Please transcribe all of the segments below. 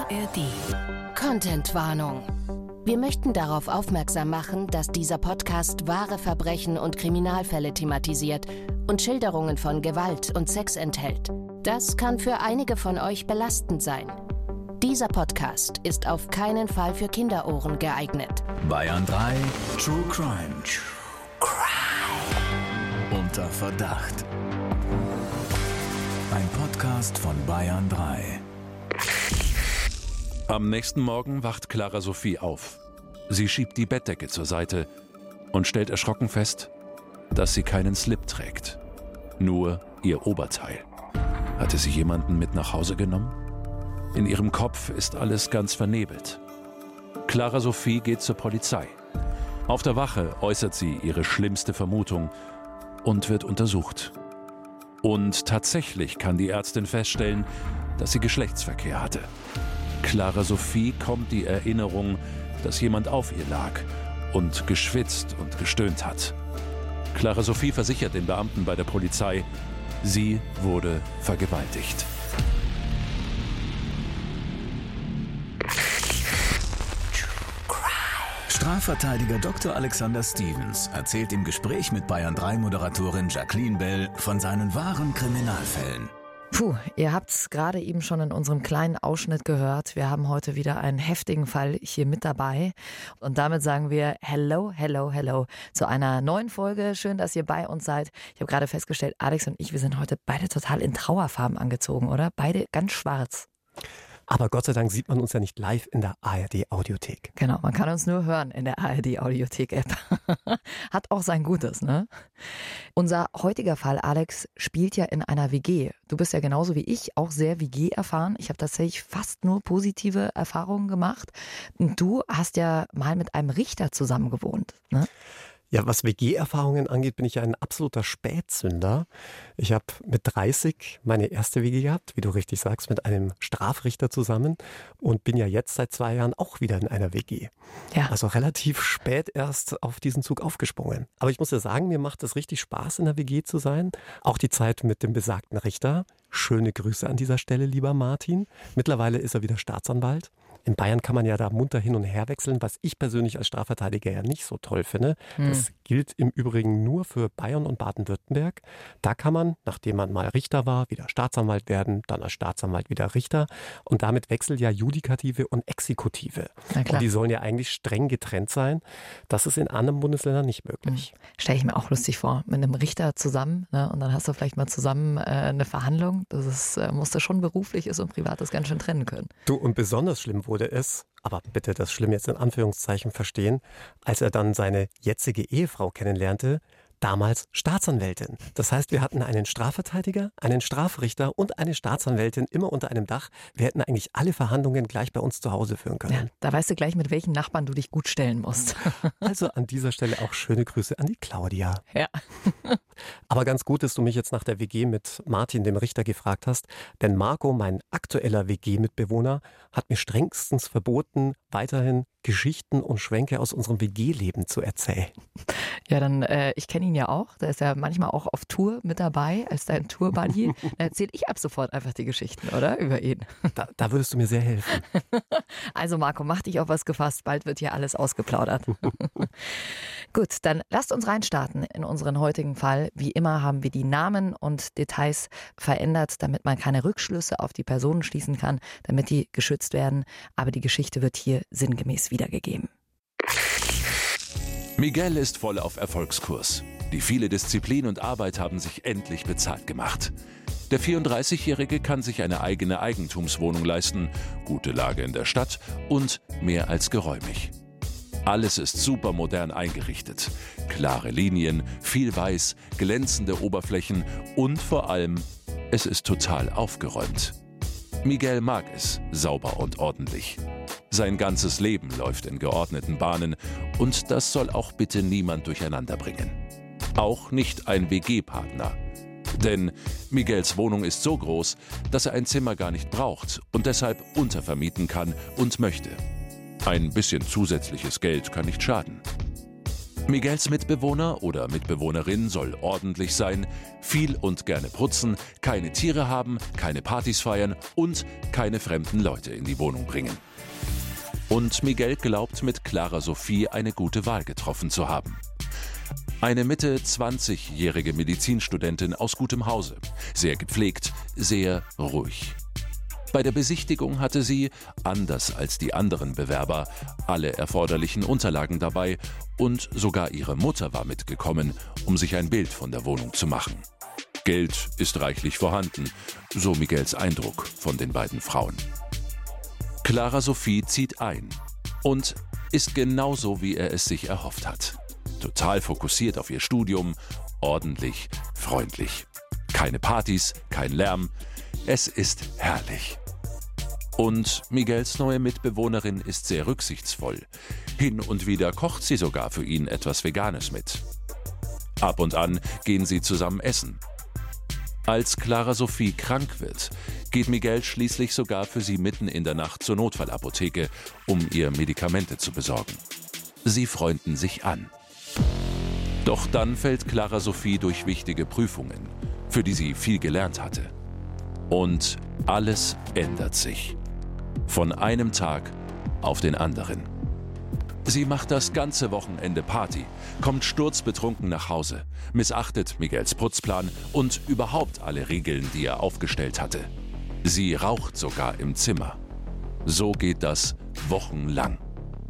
ARD. Contentwarnung. Wir möchten darauf aufmerksam machen, dass dieser Podcast wahre Verbrechen und Kriminalfälle thematisiert und Schilderungen von Gewalt und Sex enthält. Das kann für einige von euch belastend sein. Dieser Podcast ist auf keinen Fall für Kinderohren geeignet. Bayern 3 True Crime. Unter Verdacht. Ein Podcast von Bayern 3. Am nächsten Morgen wacht Clara Sophie auf. Sie schiebt die Bettdecke zur Seite und stellt erschrocken fest, dass sie keinen Slip trägt. Nur ihr Oberteil. Hatte sie jemanden mit nach Hause genommen? In ihrem Kopf ist alles ganz vernebelt. Clara Sophie geht zur Polizei. Auf der Wache äußert sie ihre schlimmste Vermutung und wird untersucht. Und tatsächlich kann die Ärztin feststellen, dass sie Geschlechtsverkehr hatte. Clara Sophie kommt die Erinnerung, dass jemand auf ihr lag und geschwitzt und gestöhnt hat. Clara Sophie versichert den Beamten bei der Polizei, sie wurde vergewaltigt. Strafverteidiger Dr. Alexander Stevens erzählt im Gespräch mit Bayern 3 Moderatorin Jacqueline Bell von seinen wahren Kriminalfällen. Ihr habt's gerade eben schon in unserem kleinen Ausschnitt gehört. Wir haben heute wieder einen heftigen Fall hier mit dabei. Und damit sagen wir hello, hello, hello zu einer neuen Folge. Schön, dass ihr bei uns seid. Ich habe gerade festgestellt, Alex und ich, wir sind heute beide total in Trauerfarben angezogen, oder? Beide ganz schwarz. Aber Gott sei Dank sieht man uns ja nicht live in der ARD-Audiothek. Genau, man kann uns nur hören in der ARD-Audiothek-App. Hat auch sein Gutes, ne? Unser heutiger Fall, Alex, spielt ja in einer WG. Du bist ja genauso wie ich auch sehr WG erfahren. Ich habe tatsächlich fast nur positive Erfahrungen gemacht. Und du hast ja mal mit einem Richter zusammen gewohnt, ne? Ja, was WG-Erfahrungen angeht, bin ich ja ein absoluter Spätsünder. Ich habe mit 30 meine erste WG gehabt, wie du richtig sagst, mit einem Strafrichter zusammen und bin ja jetzt seit 2 Jahren auch wieder in einer WG. Ja. Also relativ spät erst auf diesen Zug aufgesprungen. Aber ich muss ja sagen, mir macht es richtig Spaß, in der WG zu sein. Auch die Zeit mit dem besagten Richter. Schöne Grüße an dieser Stelle, lieber Martin. Mittlerweile ist er wieder Staatsanwalt. In Bayern kann man ja da munter hin und her wechseln, was ich persönlich als Strafverteidiger ja nicht so toll finde. Das gilt im Übrigen nur für Bayern und Baden-Württemberg. Da kann man, nachdem man mal Richter war, wieder Staatsanwalt werden, dann als Staatsanwalt wieder Richter. Und damit wechseln ja Judikative und Exekutive. Und die sollen ja eigentlich streng getrennt sein. Das ist in anderen Bundesländern nicht möglich. Stelle ich mir auch lustig vor, mit einem Richter zusammen, ne? Und dann hast du vielleicht mal zusammen eine Verhandlung. Das ist, musst du schon berufliches und privates ganz schön trennen können. Du, und besonders schlimm wurde es, aber bitte das Schlimm jetzt in Anführungszeichen verstehen, als er dann seine jetzige Ehefrau kennenlernte, damals Staatsanwältin. Das heißt, wir hatten einen Strafverteidiger, einen Strafrichter und eine Staatsanwältin immer unter einem Dach. Wir hätten eigentlich alle Verhandlungen gleich bei uns zu Hause führen können. Ja, da weißt du gleich, mit welchen Nachbarn du dich gut stellen musst. Also an dieser Stelle auch schöne Grüße an die Claudia. Ja. Aber ganz gut, dass du mich jetzt nach der WG mit Martin, dem Richter, gefragt hast. Denn Marco, mein aktueller WG-Mitbewohner, hat mir strengstens verboten, weiterhin Geschichten und Schwänke aus unserem WG-Leben zu erzählen. Ja, dann, ich kenne ihn ja auch. Der ist ja manchmal auch auf Tour mit dabei, als dein Tourbuddy. Dann erzähle ich ab sofort einfach die Geschichten, oder? Über ihn. Da würdest du mir sehr helfen. Also Marco, mach dich auf was gefasst. Bald wird hier alles ausgeplaudert. Gut, dann lasst uns reinstarten in unseren heutigen Fall. Wie immer haben wir die Namen und Details verändert, damit man keine Rückschlüsse auf die Personen schließen kann, damit die geschützt werden. Aber die Geschichte wird hier sinngemäß wiedergegeben. Miguel ist voll auf Erfolgskurs. Die viele Disziplin und Arbeit haben sich endlich bezahlt gemacht. Der 34-Jährige kann sich eine eigene Eigentumswohnung leisten, gute Lage in der Stadt und mehr als geräumig. Alles ist supermodern eingerichtet. Klare Linien, viel Weiß, glänzende Oberflächen und vor allem, es ist total aufgeräumt. Miguel mag es, sauber und ordentlich. Sein ganzes Leben läuft in geordneten Bahnen und das soll auch bitte niemand durcheinander bringen. Auch nicht ein WG-Partner. Denn Miguels Wohnung ist so groß, dass er ein Zimmer gar nicht braucht und deshalb untervermieten kann und möchte. Ein bisschen zusätzliches Geld kann nicht schaden. Miguels Mitbewohner oder Mitbewohnerin soll ordentlich sein, viel und gerne putzen, keine Tiere haben, keine Partys feiern und keine fremden Leute in die Wohnung bringen. Und Miguel glaubt, mit Clara Sophie eine gute Wahl getroffen zu haben. Eine Mitte 20-jährige Medizinstudentin aus gutem Hause, sehr gepflegt, sehr ruhig. Bei der Besichtigung hatte sie, anders als die anderen Bewerber, alle erforderlichen Unterlagen dabei und sogar ihre Mutter war mitgekommen, um sich ein Bild von der Wohnung zu machen. Geld ist reichlich vorhanden, so Miguels Eindruck von den beiden Frauen. Clara Sophie zieht ein und ist genauso, wie er es sich erhofft hat. Total fokussiert auf ihr Studium, ordentlich, freundlich. Keine Partys, kein Lärm. Es ist herrlich. Und Miguels neue Mitbewohnerin ist sehr rücksichtsvoll. Hin und wieder kocht sie sogar für ihn etwas Veganes mit. Ab und an gehen sie zusammen essen. Als Clara Sophie krank wird, geht Miguel schließlich sogar für sie mitten in der Nacht zur Notfallapotheke, um ihr Medikamente zu besorgen. Sie freunden sich an. Doch dann fällt Clara Sophie durch wichtige Prüfungen, für die sie viel gelernt hatte. Und alles ändert sich. Von einem Tag auf den anderen. Sie macht das ganze Wochenende Party, kommt sturzbetrunken nach Hause, missachtet Miguels Putzplan und überhaupt alle Regeln, die er aufgestellt hatte. Sie raucht sogar im Zimmer. So geht das wochenlang.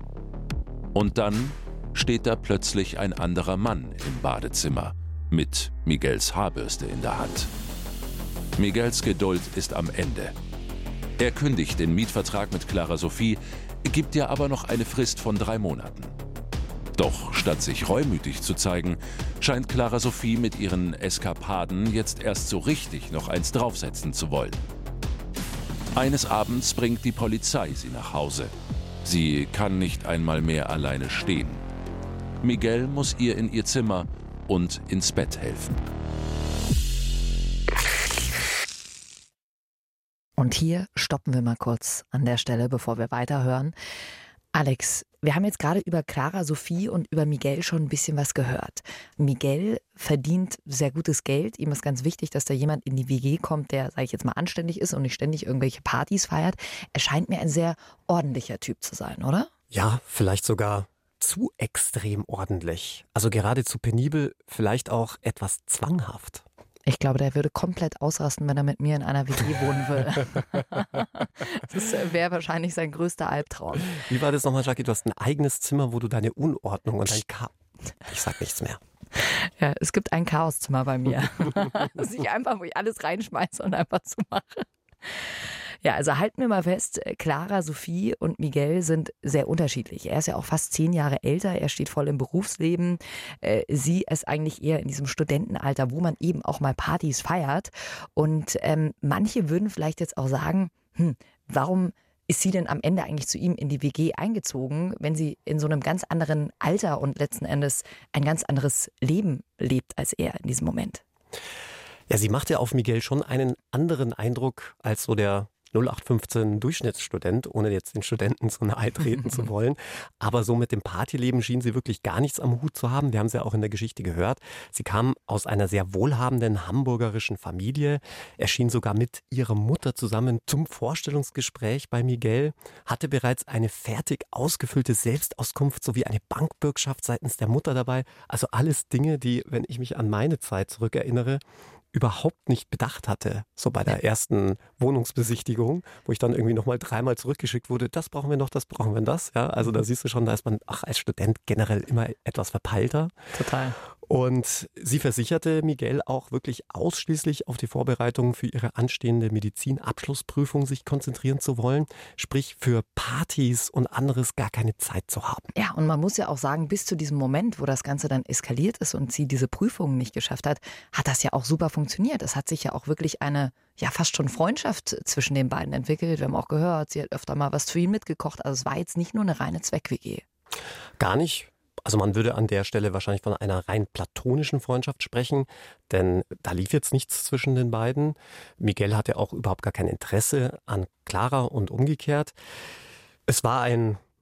Und dann steht da plötzlich ein anderer Mann im Badezimmer mit Miguels Haarbürste in der Hand. Miguels Geduld ist am Ende. Er kündigt den Mietvertrag mit Clara Sophie, gibt ihr aber noch eine Frist von 3 Monaten. Doch statt sich reumütig zu zeigen, scheint Clara Sophie mit ihren Eskapaden jetzt erst so richtig noch eins draufsetzen zu wollen. Eines Abends bringt die Polizei sie nach Hause. Sie kann nicht einmal mehr alleine stehen. Miguel muss ihr in ihr Zimmer und ins Bett helfen. Und hier stoppen wir mal kurz an der Stelle, bevor wir weiterhören. Alex, wir haben jetzt gerade über Clara Sophie und über Miguel schon ein bisschen was gehört. Miguel verdient sehr gutes Geld. Ihm ist ganz wichtig, dass da jemand in die WG kommt, der, sage ich jetzt mal, anständig ist und nicht ständig irgendwelche Partys feiert. Er scheint mir ein sehr ordentlicher Typ zu sein, oder? Ja, vielleicht sogar zu extrem ordentlich. Also geradezu penibel, vielleicht auch etwas zwanghaft. Ich glaube, der würde komplett ausrasten, wenn er mit mir in einer WG wohnen würde. Das wäre wahrscheinlich sein größter Albtraum. Wie war das nochmal, Jackie? Du hast ein eigenes Zimmer, wo du deine Unordnung und dein Ich sag nichts mehr. Ja, es gibt ein Chaoszimmer bei mir. Das ich einfach, wo ich alles reinschmeiße und einfach so mache. Ja, also halten wir mal fest, Clara Sophie und Miguel sind sehr unterschiedlich. Er ist ja auch fast 10 Jahre älter, er steht voll im Berufsleben. Sie ist eigentlich eher in diesem Studentenalter, wo man eben auch mal Partys feiert. Und manche würden vielleicht jetzt auch sagen, warum ist sie denn am Ende eigentlich zu ihm in die WG eingezogen, wenn sie in so einem ganz anderen Alter und letzten Endes ein ganz anderes Leben lebt als er in diesem Moment? Ja, sie macht ja auf Miguel schon einen anderen Eindruck als so der 0815 Durchschnittsstudent, ohne jetzt den Studenten zu nahe treten zu wollen. Aber so mit dem Partyleben schien sie wirklich gar nichts am Hut zu haben. Wir haben es ja auch in der Geschichte gehört. Sie kam aus einer sehr wohlhabenden hamburgerischen Familie. Er schien sogar mit ihrer Mutter zusammen zum Vorstellungsgespräch bei Miguel, hatte bereits eine fertig ausgefüllte Selbstauskunft sowie eine Bankbürgschaft seitens der Mutter dabei. Also alles Dinge, die, wenn ich mich an meine Zeit zurückerinnere, überhaupt nicht bedacht hatte, so bei der ersten Wohnungsbesichtigung, wo ich dann irgendwie nochmal 3-mal zurückgeschickt wurde, das brauchen wir noch, das brauchen wir das. Ja, also da siehst du schon, da ist man als Student generell immer etwas verpeilter. Total. Und sie versicherte Miguel auch wirklich ausschließlich auf die Vorbereitungen für ihre anstehende Medizinabschlussprüfung sich konzentrieren zu wollen, sprich für Partys und anderes gar keine Zeit zu haben. Ja, und man muss ja auch sagen, bis zu diesem Moment, wo das Ganze dann eskaliert ist und sie diese Prüfungen nicht geschafft hat, hat das ja auch super funktioniert. Es hat sich ja auch wirklich eine, ja fast schon Freundschaft zwischen den beiden entwickelt. Wir haben auch gehört, sie hat öfter mal was für ihn mitgekocht. Also es war jetzt nicht nur eine reine Zweck-WG. Gar nicht. Also man würde an der Stelle wahrscheinlich von einer rein platonischen Freundschaft sprechen, denn da lief jetzt nichts zwischen den beiden. Miguel hatte auch überhaupt gar kein Interesse an Clara und umgekehrt. Es war ein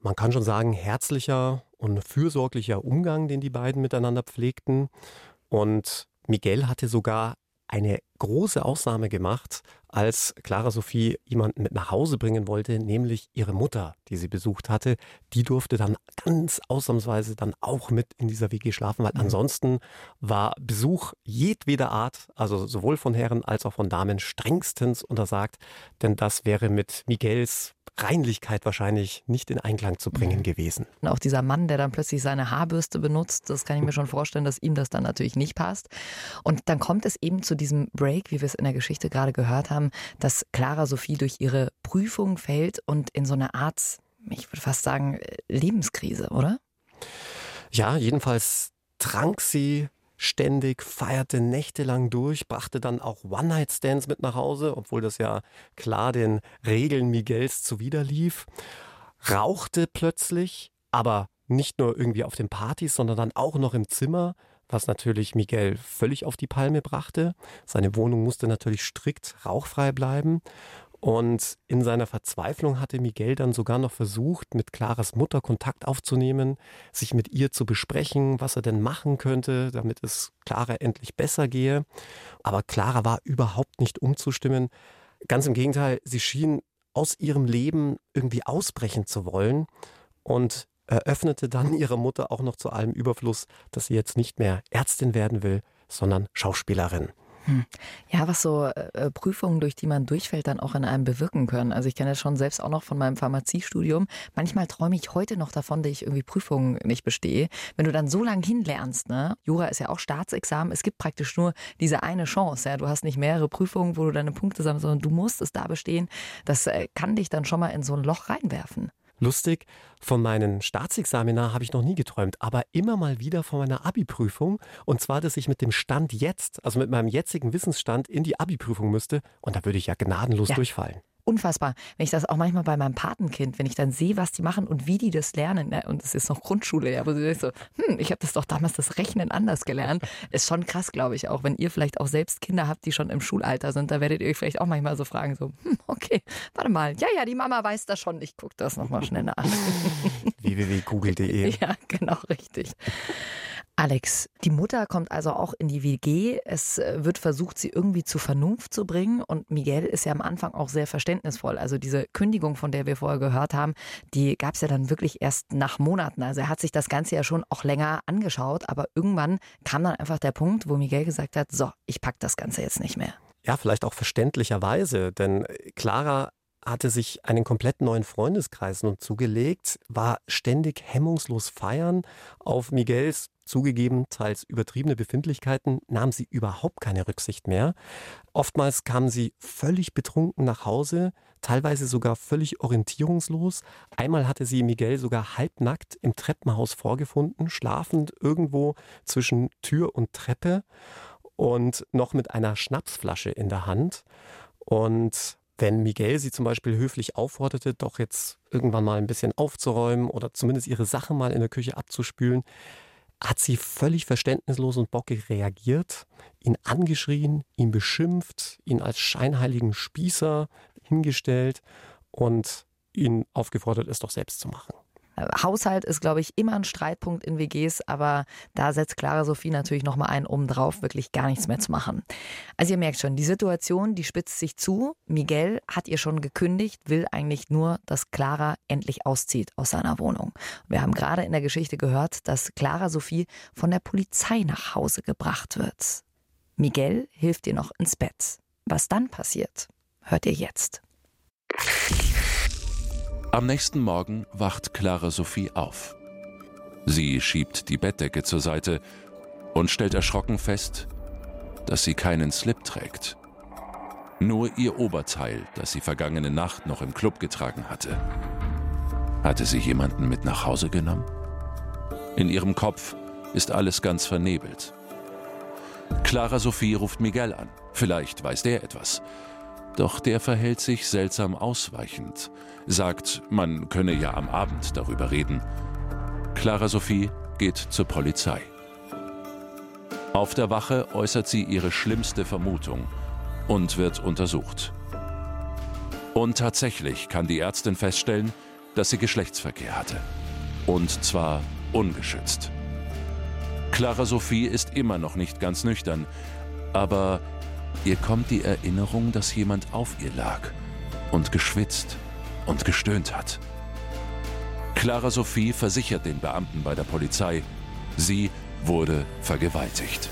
man kann schon sagen, herzlicher und fürsorglicher Umgang, den die beiden miteinander pflegten. Und Miguel hatte sogar eine große Ausnahme gemacht, als Clara Sophie jemanden mit nach Hause bringen wollte, nämlich ihre Mutter, die sie besucht hatte. Die durfte dann ganz ausnahmsweise dann auch mit in dieser WG schlafen, weil ansonsten war Besuch jedweder Art, also sowohl von Herren als auch von Damen, strengstens untersagt, denn das wäre mit Miguels Reinlichkeit wahrscheinlich nicht in Einklang zu bringen gewesen. Und auch dieser Mann, der dann plötzlich seine Haarbürste benutzt, das kann ich mir schon vorstellen, dass ihm das dann natürlich nicht passt. Und dann kommt es eben zu diesem Break, wie wir es in der Geschichte gerade gehört haben, dass Clara Sophie durch ihre Prüfung fällt und in so eine Art, ich würde fast sagen, Lebenskrise, oder? Ja, jedenfalls trank sie ständig, feierte nächtelang durch, brachte dann auch One-Night-Stands mit nach Hause, obwohl das ja klar den Regeln Miguels zuwiderlief. Rauchte plötzlich, aber nicht nur irgendwie auf den Partys, sondern dann auch noch im Zimmer, was natürlich Miguel völlig auf die Palme brachte. Seine Wohnung musste natürlich strikt rauchfrei bleiben. Und in seiner Verzweiflung hatte Miguel dann sogar noch versucht, mit Claras Mutter Kontakt aufzunehmen, sich mit ihr zu besprechen, was er denn machen könnte, damit es Clara endlich besser gehe. Aber Clara war überhaupt nicht umzustimmen. Ganz im Gegenteil, sie schien aus ihrem Leben irgendwie ausbrechen zu wollen und eröffnete dann ihrer Mutter auch noch zu allem Überfluss, dass sie jetzt nicht mehr Ärztin werden will, sondern Schauspielerin. Ja, was so Prüfungen, durch die man durchfällt, dann auch in einem bewirken können. Also ich kenne das schon selbst auch noch von meinem Pharmaziestudium. Manchmal träume ich heute noch davon, dass ich irgendwie Prüfungen nicht bestehe. Wenn du dann so lange hinlernst, ne? Jura ist ja auch Staatsexamen, es gibt praktisch nur diese eine Chance. Ja? Du hast nicht mehrere Prüfungen, wo du deine Punkte sammelst, sondern du musst es da bestehen. Das kann dich dann schon mal in so ein Loch reinwerfen. Lustig, von meinem Staatsexaminar habe ich noch nie geträumt, aber immer mal wieder von meiner Abi-Prüfung. Und zwar, dass ich mit dem Stand jetzt, also mit meinem jetzigen Wissensstand in die Abi-Prüfung müsste. Und da würde ich ja gnadenlos durchfallen. Unfassbar. Wenn ich das auch manchmal bei meinem Patenkind, wenn ich dann sehe, was die machen und wie die das lernen, ne? Und es ist noch Grundschule, ja, wo sie so, ich habe das doch damals das Rechnen anders gelernt. Ist schon krass, glaube ich, auch wenn ihr vielleicht auch selbst Kinder habt, die schon im Schulalter sind, da werdet ihr euch vielleicht auch manchmal so fragen, so, okay, warte mal, ja, die Mama weiß das schon, ich gucke das nochmal schnell nach. www.google.de. Ja, genau, richtig. Alex, die Mutter kommt also auch in die WG. Es wird versucht, sie irgendwie zur Vernunft zu bringen. Und Miguel ist ja am Anfang auch sehr verständnisvoll. Also diese Kündigung, von der wir vorher gehört haben, die gab es ja dann wirklich erst nach Monaten. Also er hat sich das Ganze ja schon auch länger angeschaut. Aber irgendwann kam dann einfach der Punkt, wo Miguel gesagt hat, so, ich pack das Ganze jetzt nicht mehr. Ja, vielleicht auch verständlicherweise, denn Clara hatte sich einen komplett neuen Freundeskreis nun zugelegt, war ständig hemmungslos feiern. Auf Miguels zugegeben teils übertriebene Befindlichkeiten nahm sie überhaupt keine Rücksicht mehr. Oftmals kam sie völlig betrunken nach Hause, teilweise sogar völlig orientierungslos. Einmal hatte sie Miguel sogar halbnackt im Treppenhaus vorgefunden, schlafend irgendwo zwischen Tür und Treppe und noch mit einer Schnapsflasche in der Hand. Und wenn Miguel sie zum Beispiel höflich aufforderte, doch jetzt irgendwann mal ein bisschen aufzuräumen oder zumindest ihre Sachen mal in der Küche abzuspülen, hat sie völlig verständnislos und bockig reagiert, ihn angeschrien, ihn beschimpft, ihn als scheinheiligen Spießer hingestellt und ihn aufgefordert, es doch selbst zu machen. Haushalt ist, glaube ich, immer ein Streitpunkt in WGs, aber da setzt Clara Sophie natürlich nochmal einen oben drauf, wirklich gar nichts mehr zu machen. Also ihr merkt schon, die Situation, die spitzt sich zu. Miguel hat ihr schon gekündigt, will eigentlich nur, dass Clara endlich auszieht aus seiner Wohnung. Wir haben gerade in der Geschichte gehört, dass Clara Sophie von der Polizei nach Hause gebracht wird. Miguel hilft ihr noch ins Bett. Was dann passiert, hört ihr jetzt. Am nächsten Morgen wacht Clara Sophie auf. Sie schiebt die Bettdecke zur Seite und stellt erschrocken fest, dass sie keinen Slip trägt. Nur ihr Oberteil, das sie vergangene Nacht noch im Club getragen hatte. Hatte sie jemanden mit nach Hause genommen? In ihrem Kopf ist alles ganz vernebelt. Clara Sophie ruft Miguel an. Vielleicht weiß der etwas. Doch der verhält sich seltsam ausweichend, sagt, man könne ja am Abend darüber reden. Clara Sophie geht zur Polizei. Auf der Wache äußert sie ihre schlimmste Vermutung und wird untersucht. Und tatsächlich kann die Ärztin feststellen, dass sie Geschlechtsverkehr hatte. Und zwar ungeschützt. Clara Sophie ist immer noch nicht ganz nüchtern, aber ihr kommt die Erinnerung, dass jemand auf ihr lag und geschwitzt und gestöhnt hat. Clara Sophie versichert den Beamten bei der Polizei, sie wurde vergewaltigt.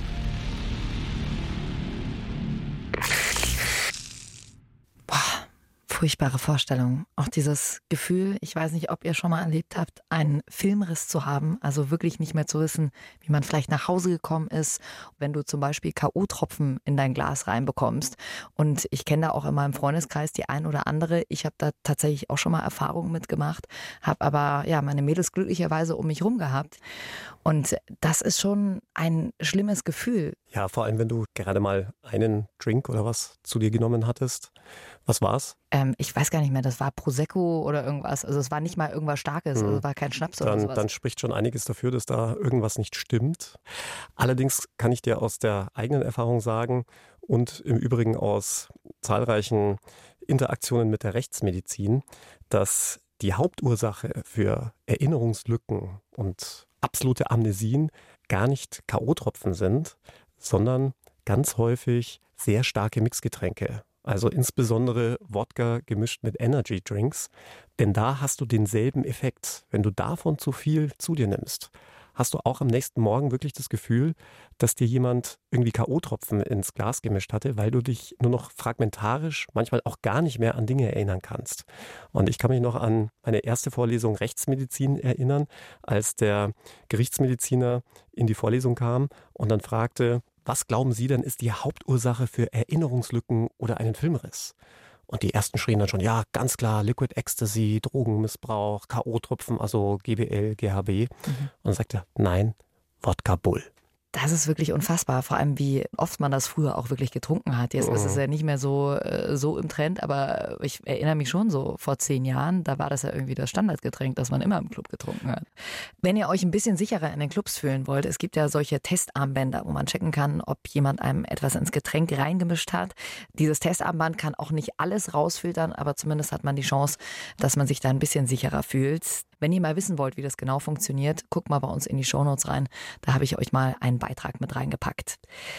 Furchtbare Vorstellung. Auch dieses Gefühl, ich weiß nicht, ob ihr schon mal erlebt habt, einen Filmriss zu haben, also wirklich nicht mehr zu wissen, wie man vielleicht nach Hause gekommen ist, wenn du zum Beispiel K.O.-Tropfen in dein Glas reinbekommst. Und ich kenne da auch in meinem Freundeskreis die ein oder andere. Ich habe da tatsächlich auch schon mal Erfahrungen mitgemacht, habe aber meine Mädels glücklicherweise um mich rum gehabt. Und das ist schon ein schlimmes Gefühl. Ja, vor allem, wenn du gerade mal einen Drink oder was zu dir genommen hattest. Was war's? Ich weiß gar nicht mehr, das war Prosecco oder irgendwas. Also es war nicht mal irgendwas Starkes, also es war kein Schnaps oder sowas. Dann spricht schon einiges dafür, dass da irgendwas nicht stimmt. Allerdings kann ich dir aus der eigenen Erfahrung sagen und im Übrigen aus zahlreichen Interaktionen mit der Rechtsmedizin, dass die Hauptursache für Erinnerungslücken und absolute Amnesien gar nicht K.O.-Tropfen sind, sondern ganz häufig sehr starke Mixgetränke. Also insbesondere Wodka gemischt mit Energy Drinks. Denn da hast du denselben Effekt. Wenn du davon zu viel zu dir nimmst, hast du auch am nächsten Morgen wirklich das Gefühl, dass dir jemand irgendwie K.O.-Tropfen ins Glas gemischt hatte, weil du dich nur noch fragmentarisch, manchmal auch gar nicht mehr an Dinge erinnern kannst. Und ich kann mich noch an meine erste Vorlesung Rechtsmedizin erinnern, als der Gerichtsmediziner in die Vorlesung kam und dann fragte: Was glauben Sie denn ist die Hauptursache für Erinnerungslücken oder einen Filmriss? Und die ersten schrien dann schon, ja, ganz klar, Liquid Ecstasy, Drogenmissbrauch, K.O.-Tropfen, also GBL, GHB. Und dann sagt er, nein, Wodka Bull. Das ist wirklich unfassbar, vor allem wie oft man das früher auch wirklich getrunken hat. Jetzt ist es ja nicht mehr so im Trend, aber ich erinnere mich schon so vor 10 Jahren, da war das ja irgendwie das Standardgetränk, das man immer im Club getrunken hat. Wenn ihr euch ein bisschen sicherer in den Clubs fühlen wollt, es gibt ja solche Testarmbänder, wo man checken kann, ob jemand einem etwas ins Getränk reingemischt hat. Dieses Testarmband kann auch nicht alles rausfiltern, aber zumindest hat man die Chance, dass man sich da ein bisschen sicherer fühlt. Wenn ihr mal wissen wollt, wie das genau funktioniert, guckt mal bei uns in die Shownotes rein. Da habe ich euch mal einen Beitrag mit reingepackt.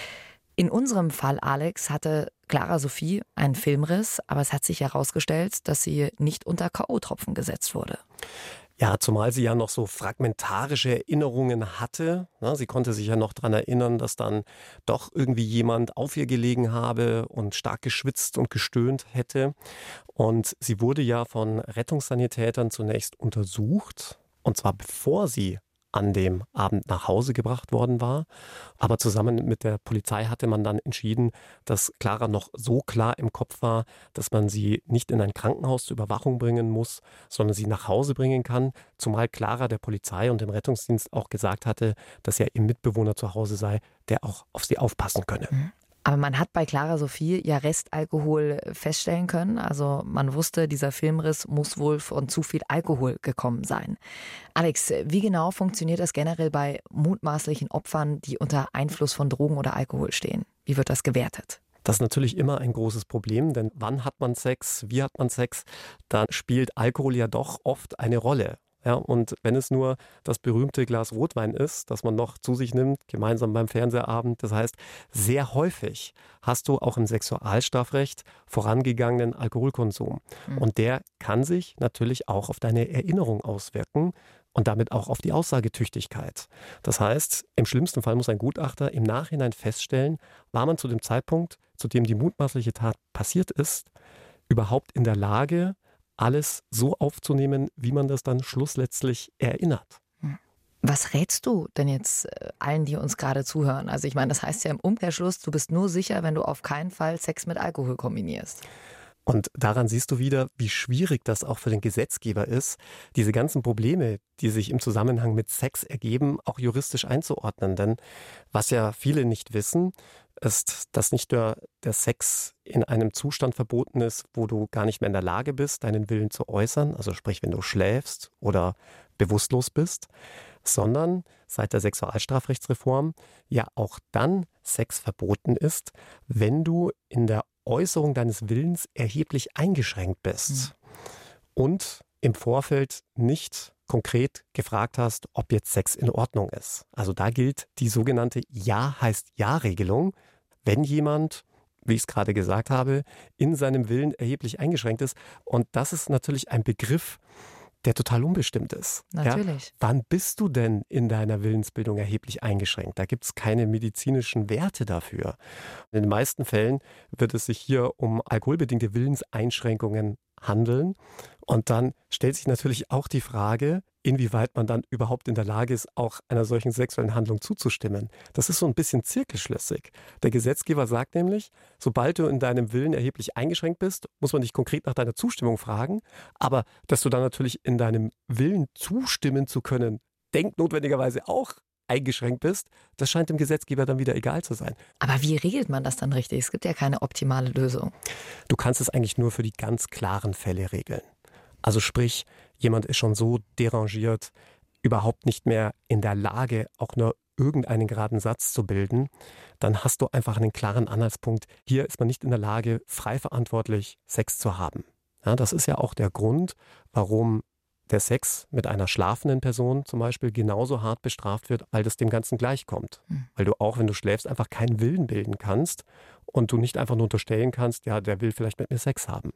In unserem Fall, Alex, hatte Clara Sophie einen Filmriss, aber es hat sich herausgestellt, dass sie nicht unter K.O.-Tropfen gesetzt wurde. Ja, zumal sie ja noch so fragmentarische Erinnerungen hatte. Sie konnte sich ja noch daran erinnern, dass dann doch irgendwie jemand auf ihr gelegen habe und stark geschwitzt und gestöhnt hätte. Und sie wurde ja von Rettungssanitätern zunächst untersucht, und zwar bevor sie an dem Abend nach Hause gebracht worden war. Aber zusammen mit der Polizei hatte man dann entschieden, dass Clara noch so klar im Kopf war, dass man sie nicht in ein Krankenhaus zur Überwachung bringen muss, sondern sie nach Hause bringen kann. Zumal Clara der Polizei und dem Rettungsdienst auch gesagt hatte, dass ja ihr Mitbewohner zu Hause sei, der auch auf sie aufpassen könne. Aber man hat bei Clara Sophie ja Restalkohol feststellen können. Also man wusste, dieser Filmriss muss wohl von zu viel Alkohol gekommen sein. Alex, wie genau funktioniert das generell bei mutmaßlichen Opfern, die unter Einfluss von Drogen oder Alkohol stehen? Wie wird das gewertet? Das ist natürlich immer ein großes Problem, denn wann hat man Sex, wie hat man Sex? Da spielt Alkohol ja doch oft eine Rolle. Ja, und wenn es nur das berühmte Glas Rotwein ist, das man noch zu sich nimmt, gemeinsam beim Fernsehabend, das heißt, sehr häufig hast du auch im Sexualstrafrecht vorangegangenen Alkoholkonsum. Und der kann sich natürlich auch auf deine Erinnerung auswirken und damit auch auf die Aussagetüchtigkeit. Das heißt, im schlimmsten Fall muss ein Gutachter im Nachhinein feststellen, war man zu dem Zeitpunkt, zu dem die mutmaßliche Tat passiert ist, überhaupt in der Lage, alles so aufzunehmen, wie man das dann schlussletztlich erinnert. Was rätst du denn jetzt allen, die uns gerade zuhören? Also ich meine, das heißt ja im Umkehrschluss, du bist nur sicher, wenn du auf keinen Fall Sex mit Alkohol kombinierst. Und daran siehst du wieder, wie schwierig das auch für den Gesetzgeber ist, diese ganzen Probleme, die sich im Zusammenhang mit Sex ergeben, auch juristisch einzuordnen. Denn was ja viele nicht wissen, ist, dass nicht nur der Sex in einem Zustand verboten ist, wo du gar nicht mehr in der Lage bist, deinen Willen zu äußern, also sprich, wenn du schläfst oder bewusstlos bist, sondern seit der Sexualstrafrechtsreform ja auch dann Sex verboten ist, wenn du in der Äußerung deines Willens erheblich eingeschränkt bist. Und im Vorfeld nicht konkret gefragt hast, ob jetzt Sex in Ordnung ist. Also da gilt die sogenannte Ja heißt Ja-Regelung. Wenn jemand, wie ich es gerade gesagt habe, in seinem Willen erheblich eingeschränkt ist. Und das ist natürlich ein Begriff, der total unbestimmt ist. Natürlich. Ja? Wann bist du denn in deiner Willensbildung erheblich eingeschränkt? Da gibt es keine medizinischen Werte dafür. In den meisten Fällen wird es sich hier um alkoholbedingte Willenseinschränkungen handeln. Und dann stellt sich natürlich auch die Frage, inwieweit man dann überhaupt in der Lage ist, auch einer solchen sexuellen Handlung zuzustimmen. Das ist so ein bisschen zirkelschlüssig. Der Gesetzgeber sagt nämlich, sobald du in deinem Willen erheblich eingeschränkt bist, muss man dich konkret nach deiner Zustimmung fragen. Aber dass du dann natürlich in deinem Willen zustimmen zu können, notwendigerweise auch eingeschränkt bist, das scheint dem Gesetzgeber dann wieder egal zu sein. Aber wie regelt man das dann richtig? Es gibt ja keine optimale Lösung. Du kannst es eigentlich nur für die ganz klaren Fälle regeln. Also sprich, jemand ist schon so derangiert, überhaupt nicht mehr in der Lage, auch nur irgendeinen geraden Satz zu bilden, dann hast du einfach einen klaren Anhaltspunkt. Hier ist man nicht in der Lage, frei verantwortlich Sex zu haben. Ja, das ist ja auch der Grund, warum der Sex mit einer schlafenden Person zum Beispiel genauso hart bestraft wird, weil das dem Ganzen gleichkommt. Weil du auch, wenn du schläfst, einfach keinen Willen bilden kannst und du nicht einfach nur unterstellen kannst, ja, der will vielleicht mit mir Sex haben.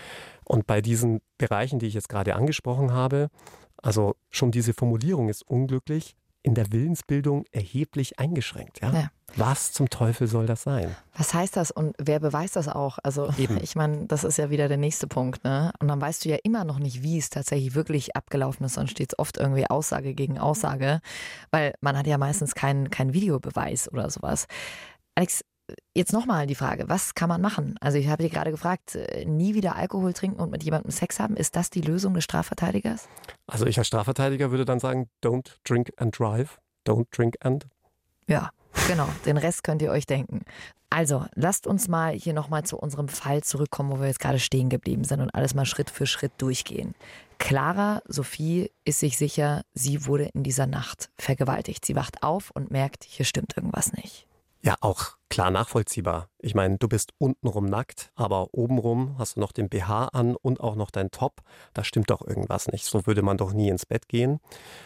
Und bei diesen Bereichen, die ich jetzt gerade angesprochen habe, also schon diese Formulierung ist unglücklich, in der Willensbildung erheblich eingeschränkt. Ja? Was zum Teufel soll das sein? Was heißt das und wer beweist das auch? Also ich meine, das ist ja wieder der nächste Punkt. Ne? Und dann weißt du ja immer noch nicht, wie es tatsächlich wirklich abgelaufen ist. Dann steht es oft irgendwie Aussage gegen Aussage, weil man hat ja meistens keinen Videobeweis oder sowas. Alex, jetzt nochmal die Frage, was kann man machen? Also ich habe dir gerade gefragt, nie wieder Alkohol trinken und mit jemandem Sex haben. Ist das die Lösung des Strafverteidigers? Also ich als Strafverteidiger würde dann sagen, don't drink and drive, don't drink and... Ja, genau, den Rest könnt ihr euch denken. Also lasst uns mal hier nochmal zu unserem Fall zurückkommen, wo wir jetzt gerade stehen geblieben sind und alles mal Schritt für Schritt durchgehen. Clara Sophie ist sich sicher, sie wurde in dieser Nacht vergewaltigt. Sie wacht auf und merkt, hier stimmt irgendwas nicht. Ja, auch klar nachvollziehbar. Ich meine, du bist untenrum nackt, aber obenrum hast du noch den BH an und auch noch dein Top. Da stimmt doch irgendwas nicht. So würde man doch nie ins Bett gehen.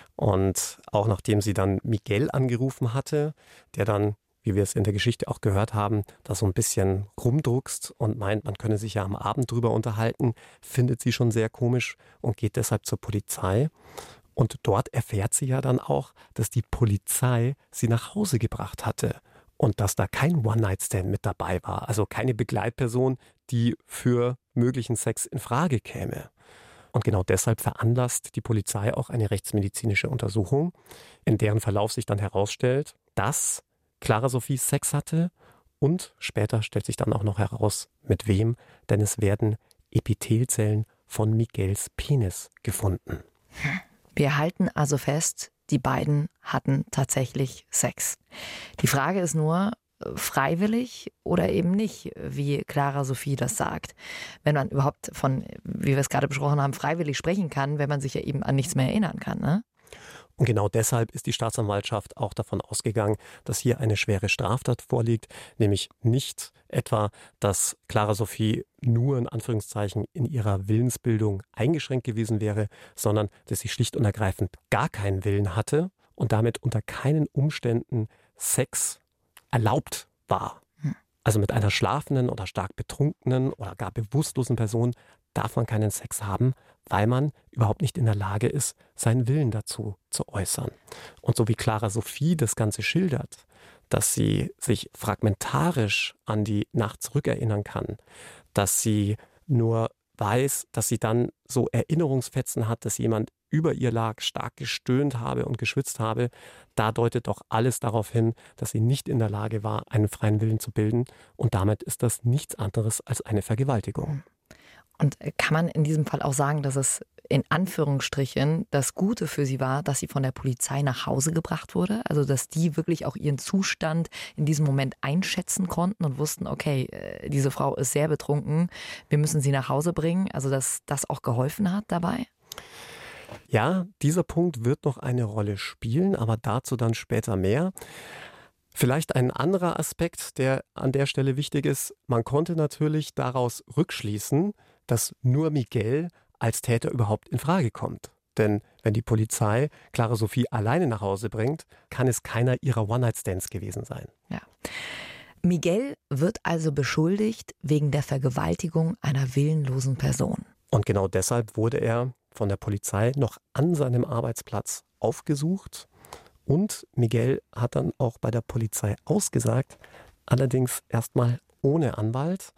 Und auch nachdem sie dann Miguel angerufen hatte, der dann, wie wir es in der Geschichte auch gehört haben, da so ein bisschen rumdruckst und meint, man könne sich ja am Abend drüber unterhalten, findet sie schon sehr komisch und geht deshalb zur Polizei. Und dort erfährt sie ja dann auch, dass die Polizei sie nach Hause gebracht hatte. Und dass da kein One-Night-Stand mit dabei war, also keine Begleitperson, die für möglichen Sex in Frage käme. Und genau deshalb veranlasst die Polizei auch eine rechtsmedizinische Untersuchung, in deren Verlauf sich dann herausstellt, dass Clara Sophie Sex hatte und später stellt sich dann auch noch heraus, mit wem, denn es werden Epithelzellen von Miguels Penis gefunden. Wir halten also fest, die beiden hatten tatsächlich Sex. Die Frage ist nur, freiwillig oder eben nicht, wie Clara Sophie das sagt. Wenn man überhaupt von, wie wir es gerade besprochen haben, freiwillig sprechen kann, wenn man sich ja eben an nichts mehr erinnern kann, ne? Und genau deshalb ist die Staatsanwaltschaft auch davon ausgegangen, dass hier eine schwere Straftat vorliegt, nämlich nicht etwa, dass Clara Sophie nur in Anführungszeichen in ihrer Willensbildung eingeschränkt gewesen wäre, sondern dass sie schlicht und ergreifend gar keinen Willen hatte und damit unter keinen Umständen Sex erlaubt war. Also mit einer schlafenden oder stark betrunkenen oder gar bewusstlosen Person darf man keinen Sex haben, weil man überhaupt nicht in der Lage ist, seinen Willen dazu zu äußern. Und so wie Clara Sophie das Ganze schildert, dass sie sich fragmentarisch an die Nacht zurückerinnern kann, dass sie nur weiß, dass sie dann so Erinnerungsfetzen hat, dass jemand über ihr lag, stark gestöhnt habe und geschwitzt habe, da deutet doch alles darauf hin, dass sie nicht in der Lage war, einen freien Willen zu bilden. Und damit ist das nichts anderes als eine Vergewaltigung. Und kann man in diesem Fall auch sagen, dass es in Anführungsstrichen das Gute für sie war, dass sie von der Polizei nach Hause gebracht wurde? Also dass die wirklich auch ihren Zustand in diesem Moment einschätzen konnten und wussten, okay, diese Frau ist sehr betrunken, wir müssen sie nach Hause bringen. Also dass das auch geholfen hat dabei? Ja, dieser Punkt wird noch eine Rolle spielen, aber dazu dann später mehr. Vielleicht ein anderer Aspekt, der an der Stelle wichtig ist. Man konnte natürlich daraus rückschließen, dass nur Miguel als Täter überhaupt in Frage kommt. Denn wenn die Polizei Clara Sophie alleine nach Hause bringt, kann es keiner ihrer One-Night-Stands gewesen sein. Ja. Miguel wird also beschuldigt wegen der Vergewaltigung einer willenlosen Person. Und genau deshalb wurde er von der Polizei noch an seinem Arbeitsplatz aufgesucht. Und Miguel hat dann auch bei der Polizei ausgesagt, allerdings erstmal ohne Anwalt.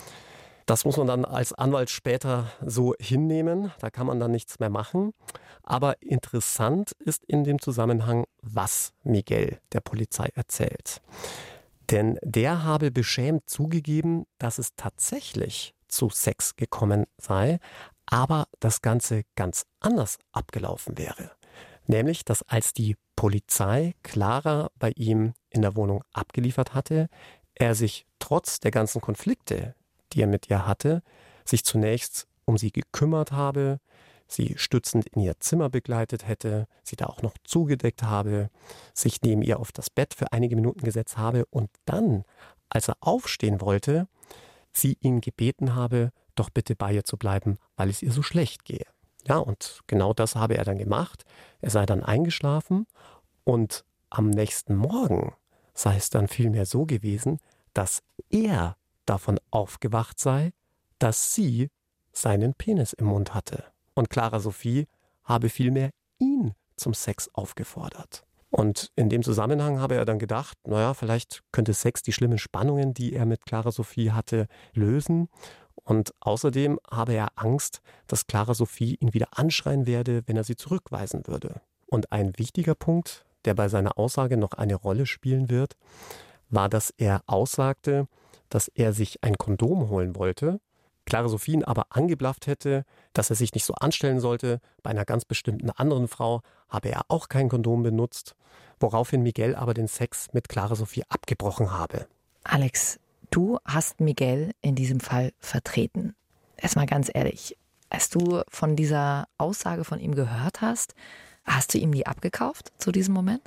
Das muss man dann als Anwalt später so hinnehmen, da kann man dann nichts mehr machen. Aber interessant ist in dem Zusammenhang, was Miguel der Polizei erzählt. Denn der habe beschämt zugegeben, dass es tatsächlich zu Sex gekommen sei, aber das Ganze ganz anders abgelaufen wäre. Nämlich, dass als die Polizei Clara bei ihm in der Wohnung abgeliefert hatte, er sich trotz der ganzen Konflikte, die er mit ihr hatte, sich zunächst um sie gekümmert habe, sie stützend in ihr Zimmer begleitet hätte, sie da auch noch zugedeckt habe, sich neben ihr auf das Bett für einige Minuten gesetzt habe und dann, als er aufstehen wollte, sie ihn gebeten habe, doch bitte bei ihr zu bleiben, weil es ihr so schlecht gehe. Ja, und genau das habe er dann gemacht. Er sei dann eingeschlafen und am nächsten Morgen sei es dann vielmehr so gewesen, dass er davon aufgewacht sei, dass sie seinen Penis im Mund hatte. Und Clara Sophie habe vielmehr ihn zum Sex aufgefordert. Und in dem Zusammenhang habe er dann gedacht, naja, vielleicht könnte Sex die schlimmen Spannungen, die er mit Clara Sophie hatte, lösen. Und außerdem habe er Angst, dass Clara Sophie ihn wieder anschreien werde, wenn er sie zurückweisen würde. Und ein wichtiger Punkt, der bei seiner Aussage noch eine Rolle spielen wird, war, dass er aussagte, dass er sich ein Kondom holen wollte, Clara Sophie ihn aber angeblafft hätte, dass er sich nicht so anstellen sollte. Bei einer ganz bestimmten anderen Frau habe er auch kein Kondom benutzt, woraufhin Miguel aber den Sex mit Clara Sophie abgebrochen habe. Alex, du hast Miguel in diesem Fall vertreten. Erstmal ganz ehrlich, als du von dieser Aussage von ihm gehört hast du ihm die abgekauft zu diesem Moment?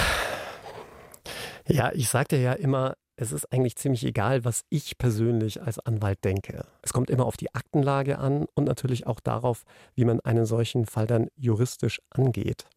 Ja, ich sagte ja immer, es ist eigentlich ziemlich egal, was ich persönlich als Anwalt denke. Es kommt immer auf die Aktenlage an und natürlich auch darauf, wie man einen solchen Fall dann juristisch angeht.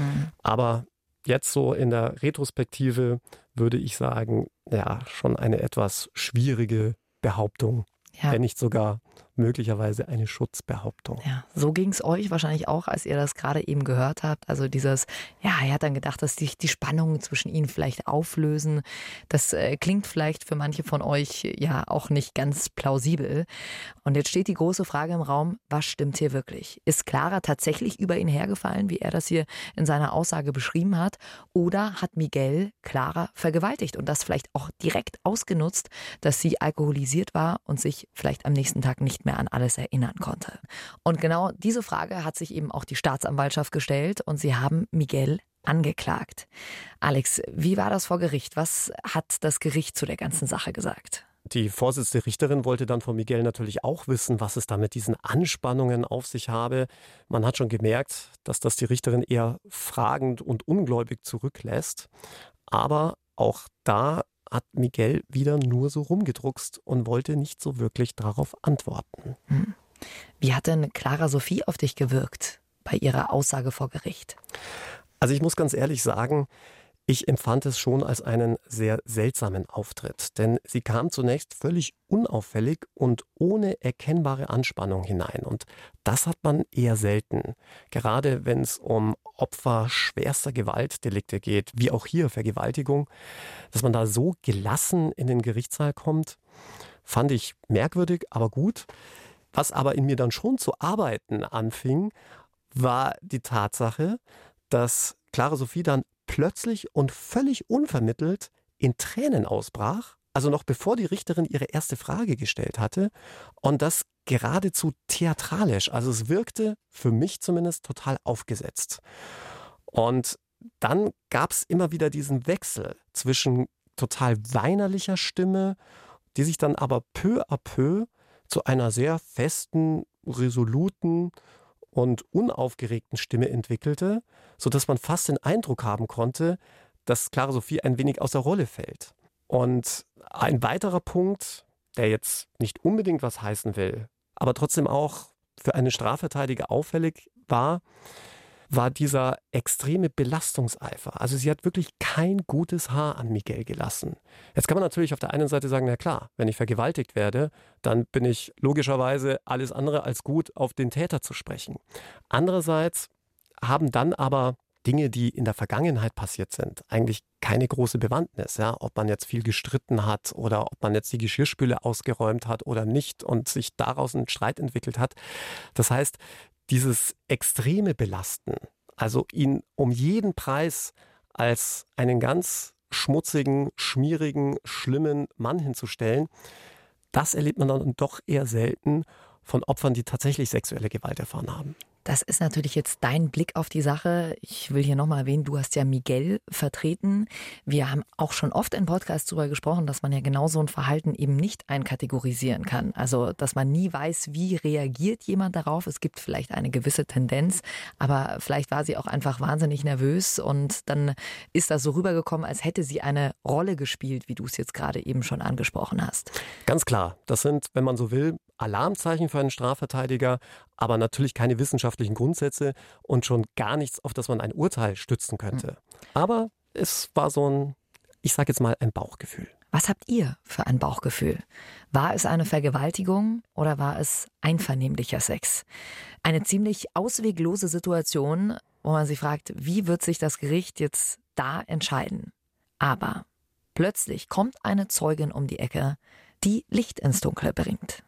Aber jetzt so in der Retrospektive würde ich sagen, ja, schon eine etwas schwierige Behauptung, wenn nicht sogar möglicherweise eine Schutzbehauptung. Ja, so ging es euch wahrscheinlich auch, als ihr das gerade eben gehört habt. Also dieses, ja, er hat dann gedacht, dass sich die Spannungen zwischen ihnen vielleicht auflösen. Das klingt vielleicht für manche von euch ja auch nicht ganz plausibel. Und jetzt steht die große Frage im Raum, was stimmt hier wirklich? Ist Clara tatsächlich über ihn hergefallen, wie er das hier in seiner Aussage beschrieben hat? Oder hat Miguel Clara vergewaltigt und das vielleicht auch direkt ausgenutzt, dass sie alkoholisiert war und sich vielleicht am nächsten Tag nicht mehr an alles erinnern konnte? Und genau diese Frage hat sich eben auch die Staatsanwaltschaft gestellt und sie haben Miguel angeklagt. Alex, wie war das vor Gericht? Was hat das Gericht zu der ganzen Sache gesagt? Die Vorsitzende Richterin wollte dann von Miguel natürlich auch wissen, was es da mit diesen Anspannungen auf sich habe. Man hat schon gemerkt, dass das die Richterin eher fragend und ungläubig zurücklässt. Aber auch da hat Miguel wieder nur so rumgedruckst und wollte nicht so wirklich darauf antworten. Wie hat denn Clara Sophie auf dich gewirkt bei ihrer Aussage vor Gericht? Also ich muss ganz ehrlich sagen, ich empfand es schon als einen sehr seltsamen Auftritt, denn sie kam zunächst völlig unauffällig und ohne erkennbare Anspannung hinein. Und das hat man eher selten, gerade wenn es um Opfer schwerster Gewaltdelikte geht, wie auch hier Vergewaltigung, dass man da so gelassen in den Gerichtssaal kommt, fand ich merkwürdig, aber gut. Was aber in mir dann schon zu arbeiten anfing, war die Tatsache, dass Clara Sophie dann plötzlich und völlig unvermittelt in Tränen ausbrach, also noch bevor die Richterin ihre erste Frage gestellt hatte, und das geradezu theatralisch, also es wirkte für mich zumindest total aufgesetzt. Und dann gab es immer wieder diesen Wechsel zwischen total weinerlicher Stimme, die sich dann aber peu à peu zu einer sehr festen, resoluten und unaufgeregten Stimme entwickelte, sodass man fast den Eindruck haben konnte, dass Clara Sophie ein wenig aus der Rolle fällt. Und ein weiterer Punkt, der jetzt nicht unbedingt was heißen will, aber trotzdem auch für einen Strafverteidiger auffällig war dieser extreme Belastungseifer. Also sie hat wirklich kein gutes Haar an Miguel gelassen. Jetzt kann man natürlich auf der einen Seite sagen, na klar, wenn ich vergewaltigt werde, dann bin ich logischerweise alles andere als gut, auf den Täter zu sprechen. Andererseits haben dann aber Dinge, die in der Vergangenheit passiert sind, eigentlich keine große Bewandtnis. Ja? Ob man jetzt viel gestritten hat oder ob man jetzt die Geschirrspüle ausgeräumt hat oder nicht und sich daraus ein Streit entwickelt hat. Das heißt, dieses extreme Belasten, also ihn um jeden Preis als einen ganz schmutzigen, schmierigen, schlimmen Mann hinzustellen, das erlebt man dann doch eher selten von Opfern, die tatsächlich sexuelle Gewalt erfahren haben. Das ist natürlich jetzt dein Blick auf die Sache. Ich will hier nochmal erwähnen, du hast ja Miguel vertreten. Wir haben auch schon oft in Podcasts darüber gesprochen, dass man ja genau so ein Verhalten eben nicht einkategorisieren kann. Also, dass man nie weiß, wie reagiert jemand darauf. Es gibt vielleicht eine gewisse Tendenz, aber vielleicht war sie auch einfach wahnsinnig nervös und dann ist das so rübergekommen, als hätte sie eine Rolle gespielt, wie du es jetzt gerade eben schon angesprochen hast. Ganz klar, das sind, wenn man so will, Alarmzeichen für einen Strafverteidiger, aber natürlich keine wissenschaftlichen Grundsätze und schon gar nichts, auf das man ein Urteil stützen könnte. Aber es war so ein, ich sage jetzt mal, ein Bauchgefühl. Was habt ihr für ein Bauchgefühl? War es eine Vergewaltigung oder war es einvernehmlicher Sex? Eine ziemlich ausweglose Situation, wo man sich fragt, wie wird sich das Gericht jetzt da entscheiden? Aber plötzlich kommt eine Zeugin um die Ecke, die Licht ins Dunkle bringt.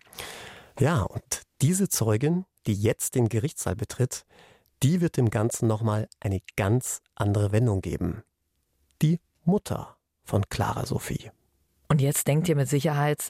Ja, und diese Zeugin, die jetzt den Gerichtssaal betritt, die wird dem Ganzen nochmal eine ganz andere Wendung geben. Die Mutter von Clara Sophie. Und jetzt denkt ihr mit Sicherheit,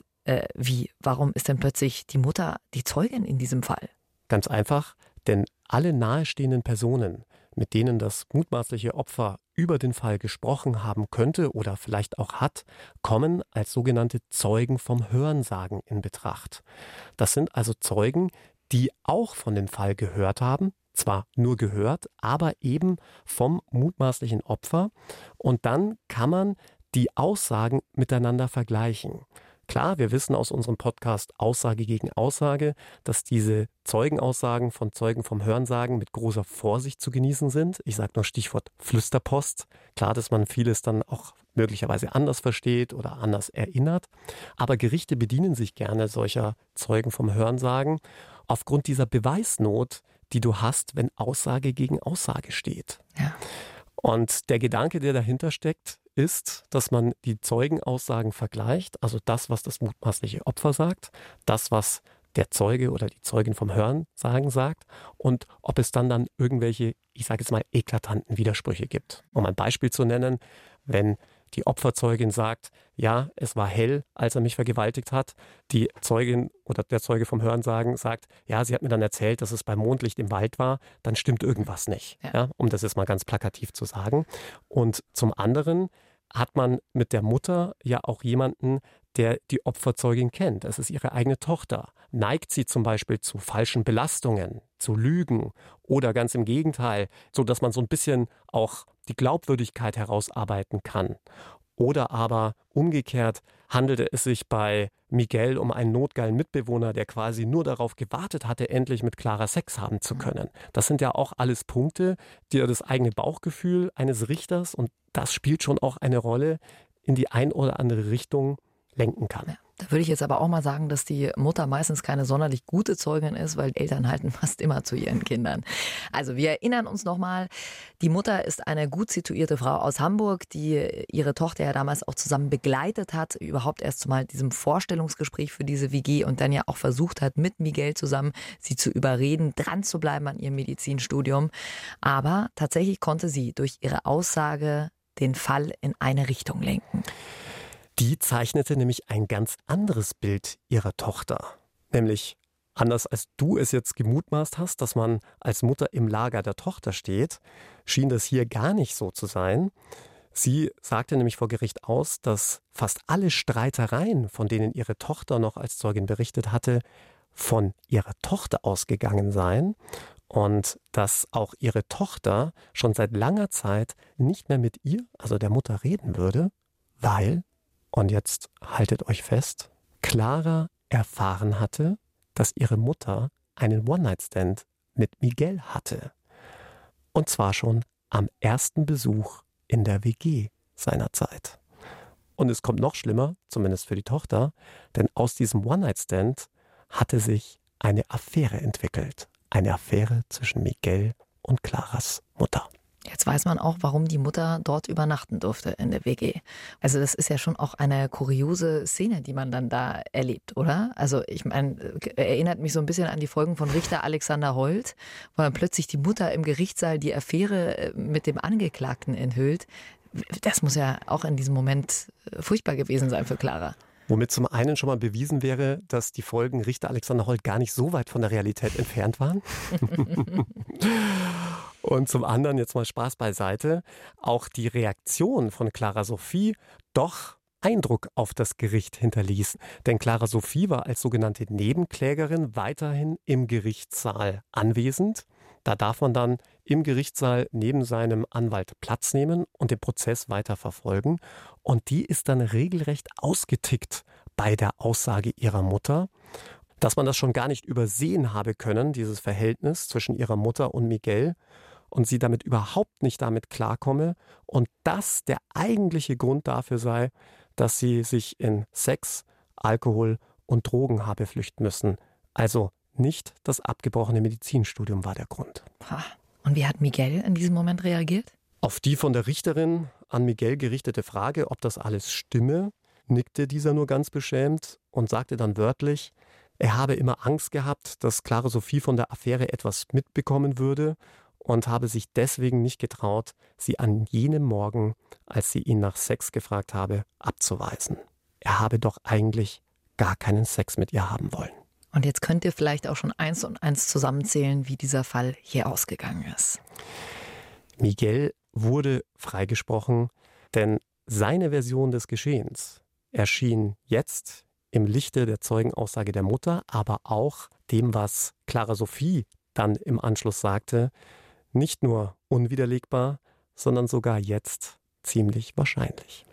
warum ist denn plötzlich die Mutter die Zeugin in diesem Fall? Ganz einfach, denn alle nahestehenden Personen, mit denen das mutmaßliche Opfer über den Fall gesprochen haben könnte oder vielleicht auch hat, kommen als sogenannte Zeugen vom Hörensagen in Betracht. Das sind also Zeugen, die auch von dem Fall gehört haben, zwar nur gehört, aber eben vom mutmaßlichen Opfer. Und dann kann man die Aussagen miteinander vergleichen. Klar, wir wissen aus unserem Podcast Aussage gegen Aussage, dass diese Zeugenaussagen von Zeugen vom Hörensagen mit großer Vorsicht zu genießen sind. Ich sage nur Stichwort Flüsterpost. Klar, dass man vieles dann auch möglicherweise anders versteht oder anders erinnert. Aber Gerichte bedienen sich gerne solcher Zeugen vom Hörensagen aufgrund dieser Beweisnot, die du hast, wenn Aussage gegen Aussage steht. Ja. Und der Gedanke, der dahinter steckt, ist, dass man die Zeugenaussagen vergleicht, also das, was das mutmaßliche Opfer sagt, das, was der Zeuge oder die Zeugin vom Hörensagen sagt und ob es dann irgendwelche, ich sage jetzt mal, eklatanten Widersprüche gibt. Um ein Beispiel zu nennen, wenn die Opferzeugin sagt, ja, es war hell, als er mich vergewaltigt hat. Die Zeugin oder der Zeuge vom Hörensagen sagt, ja, sie hat mir dann erzählt, dass es bei Mondlicht im Wald war, dann stimmt irgendwas nicht, ja, um das jetzt mal ganz plakativ zu sagen. Und zum anderen hat man mit der Mutter ja auch jemanden, der die Opferzeugin kennt. Es ist ihre eigene Tochter. Neigt sie zum Beispiel zu falschen Belastungen, zu Lügen oder ganz im Gegenteil, so dass man so ein bisschen auch die Glaubwürdigkeit herausarbeiten kann. Oder aber umgekehrt handelte es sich bei Miguel um einen notgeilen Mitbewohner, der quasi nur darauf gewartet hatte, endlich mit Clara Sex haben zu können. Das sind ja auch alles Punkte, die das eigene Bauchgefühl eines Richters, und das spielt schon auch eine Rolle, in die ein oder andere Richtung lenken kann. Ja, da würde ich jetzt aber auch mal sagen, dass die Mutter meistens keine sonderlich gute Zeugin ist, weil Eltern halten fast immer zu ihren Kindern. Also wir erinnern uns nochmal, die Mutter ist eine gut situierte Frau aus Hamburg, die ihre Tochter ja damals auch zusammen begleitet hat, überhaupt erst zumal diesem Vorstellungsgespräch für diese WG und dann ja auch versucht hat, mit Miguel zusammen sie zu überreden, dran zu bleiben an ihrem Medizinstudium. Aber tatsächlich konnte sie durch ihre Aussage den Fall in eine Richtung lenken. Die zeichnete nämlich ein ganz anderes Bild ihrer Tochter. Nämlich, anders als du es jetzt gemutmaßt hast, dass man als Mutter im Lager der Tochter steht, schien das hier gar nicht so zu sein. Sie sagte nämlich vor Gericht aus, dass fast alle Streitereien, von denen ihre Tochter noch als Zeugin berichtet hatte, von ihrer Tochter ausgegangen seien und dass auch ihre Tochter schon seit langer Zeit nicht mehr mit ihr, also der Mutter, reden würde, weil, und jetzt haltet euch fest, Clara erfahren hatte, dass ihre Mutter einen One-Night-Stand mit Miguel hatte. Und zwar schon am ersten Besuch in der WG seiner Zeit. Und es kommt noch schlimmer, zumindest für die Tochter, denn aus diesem One-Night-Stand hatte sich eine Affäre entwickelt. Eine Affäre zwischen Miguel und Claras Mutter. Jetzt weiß man auch, warum die Mutter dort übernachten durfte in der WG. Also das ist ja schon auch eine kuriose Szene, die man dann da erlebt, oder? Also ich meine, erinnert mich so ein bisschen an die Folgen von Richter Alexander Holt, wo dann plötzlich die Mutter im Gerichtssaal die Affäre mit dem Angeklagten enthüllt. Das muss ja auch in diesem Moment furchtbar gewesen sein für Clara. Womit zum einen schon mal bewiesen wäre, dass die Folgen Richter Alexander Holt gar nicht so weit von der Realität entfernt waren. Und zum anderen, jetzt mal Spaß beiseite, auch die Reaktion von Clara Sophie doch Eindruck auf das Gericht hinterließ. Denn Clara Sophie war als sogenannte Nebenklägerin weiterhin im Gerichtssaal anwesend. Da darf man dann im Gerichtssaal neben seinem Anwalt Platz nehmen und den Prozess weiter verfolgen. Und die ist dann regelrecht ausgetickt bei der Aussage ihrer Mutter, dass man das schon gar nicht übersehen habe können, dieses Verhältnis zwischen ihrer Mutter und Miguel, und sie damit überhaupt nicht damit klarkomme und das der eigentliche Grund dafür sei, dass sie sich in Sex, Alkohol und Drogen habe flüchten müssen. Also nicht das abgebrochene Medizinstudium war der Grund. Und wie hat Miguel in diesem Moment reagiert? Auf die von der Richterin an Miguel gerichtete Frage, ob das alles stimme, nickte dieser nur ganz beschämt und sagte dann wörtlich, er habe immer Angst gehabt, dass Clara Sophie von der Affäre etwas mitbekommen würde und habe sich deswegen nicht getraut, sie an jenem Morgen, als sie ihn nach Sex gefragt habe, abzuweisen. Er habe doch eigentlich gar keinen Sex mit ihr haben wollen. Und jetzt könnt ihr vielleicht auch schon 1 und 1 zusammenzählen, wie dieser Fall hier ausgegangen ist. Miguel wurde freigesprochen, denn seine Version des Geschehens erschien jetzt im Lichte der Zeugenaussage der Mutter, aber auch dem, was Clara Sophie dann im Anschluss sagte, nicht nur unwiderlegbar, sondern sogar jetzt ziemlich wahrscheinlich.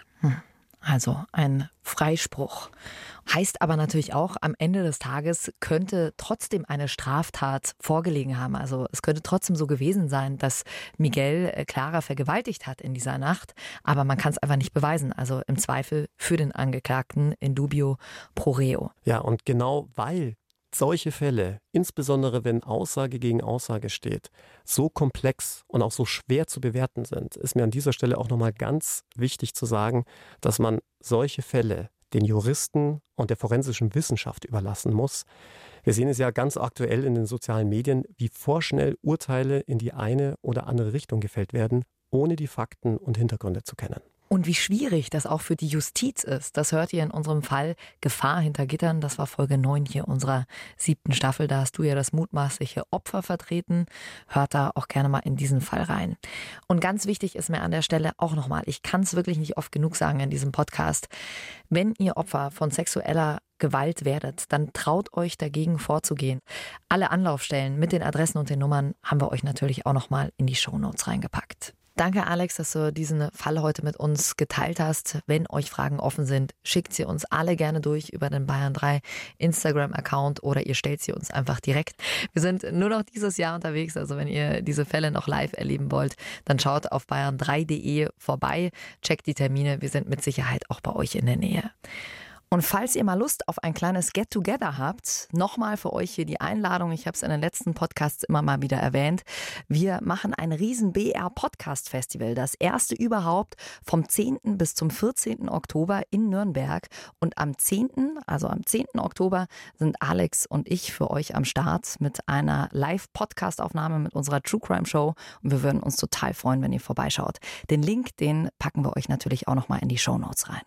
Also ein Freispruch. Heißt aber natürlich auch, am Ende des Tages könnte trotzdem eine Straftat vorgelegen haben. Also es könnte trotzdem so gewesen sein, dass Miguel Clara vergewaltigt hat in dieser Nacht. Aber man kann es einfach nicht beweisen. Also im Zweifel für den Angeklagten in dubio pro reo. Ja, und genau weil solche Fälle, insbesondere wenn Aussage gegen Aussage steht, so komplex und auch so schwer zu bewerten sind, ist mir an dieser Stelle auch nochmal ganz wichtig zu sagen, dass man solche Fälle den Juristen und der forensischen Wissenschaft überlassen muss. Wir sehen es ja ganz aktuell in den sozialen Medien, wie vorschnell Urteile in die eine oder andere Richtung gefällt werden, ohne die Fakten und Hintergründe zu kennen. Und wie schwierig das auch für die Justiz ist, das hört ihr in unserem Fall Gefahr hinter Gittern. Das war Folge 9 hier unserer 7. Staffel. Da hast du ja das mutmaßliche Opfer vertreten. Hört da auch gerne mal in diesen Fall rein. Und ganz wichtig ist mir an der Stelle auch nochmal, ich kann es wirklich nicht oft genug sagen in diesem Podcast, wenn ihr Opfer von sexueller Gewalt werdet, dann traut euch dagegen vorzugehen. Alle Anlaufstellen mit den Adressen und den Nummern haben wir euch natürlich auch nochmal in die Shownotes reingepackt. Danke, Alex, dass du diesen Fall heute mit uns geteilt hast. Wenn euch Fragen offen sind, schickt sie uns alle gerne durch über den Bayern 3 Instagram-Account oder ihr stellt sie uns einfach direkt. Wir sind nur noch dieses Jahr unterwegs, also wenn ihr diese Fälle noch live erleben wollt, dann schaut auf bayern3.de vorbei, checkt die Termine, wir sind mit Sicherheit auch bei euch in der Nähe. Und falls ihr mal Lust auf ein kleines Get-Together habt, nochmal für euch hier die Einladung, ich habe es in den letzten Podcasts immer mal wieder erwähnt, wir machen ein riesen BR-Podcast-Festival, das erste überhaupt vom 10. bis zum 14. Oktober in Nürnberg. Und am 10., also am 10. Oktober sind Alex und ich für euch am Start mit einer Live-Podcast-Aufnahme mit unserer True Crime Show und wir würden uns total freuen, wenn ihr vorbeischaut. Den Link, den packen wir euch natürlich auch nochmal in die Shownotes rein.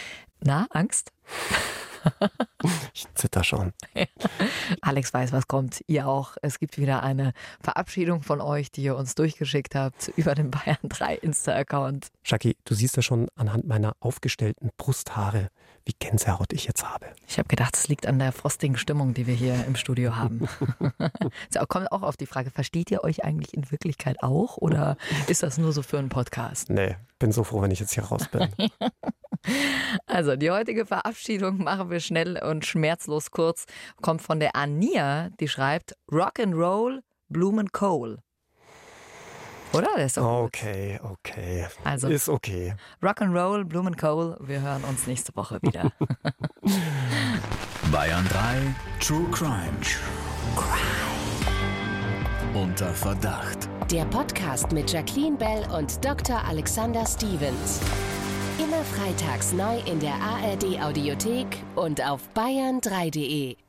Na, Angst? Ich zitter schon. Alex weiß, was kommt. Ihr auch. Es gibt wieder eine Verabschiedung von euch, die ihr uns durchgeschickt habt über den Bayern 3 Insta-Account. Jackie, du siehst ja schon anhand meiner aufgestellten Brusthaare, wie Gänsehaut ich jetzt habe. Ich habe gedacht, es liegt an der frostigen Stimmung, die wir hier im Studio haben. Es kommt auch auf die Frage, versteht ihr euch eigentlich in Wirklichkeit auch oder ist das nur so für einen Podcast? Nee, bin so froh, wenn ich jetzt hier raus bin. Also die heutige Verabschiedung machen wir schnell und schmerzlos kurz. Kommt von der Ania, die schreibt Rock'n'Roll, Blumenkohl. Oder? Das ist doch okay. Also, ist okay. Rock'n'Roll, Blumenkohl. Wir hören uns nächste Woche wieder. Bayern 3 True Crime. Unter Verdacht. Der Podcast mit Jacqueline Bell und Dr. Alexander Stevens. Immer freitags neu in der ARD Audiothek und auf bayern3.de.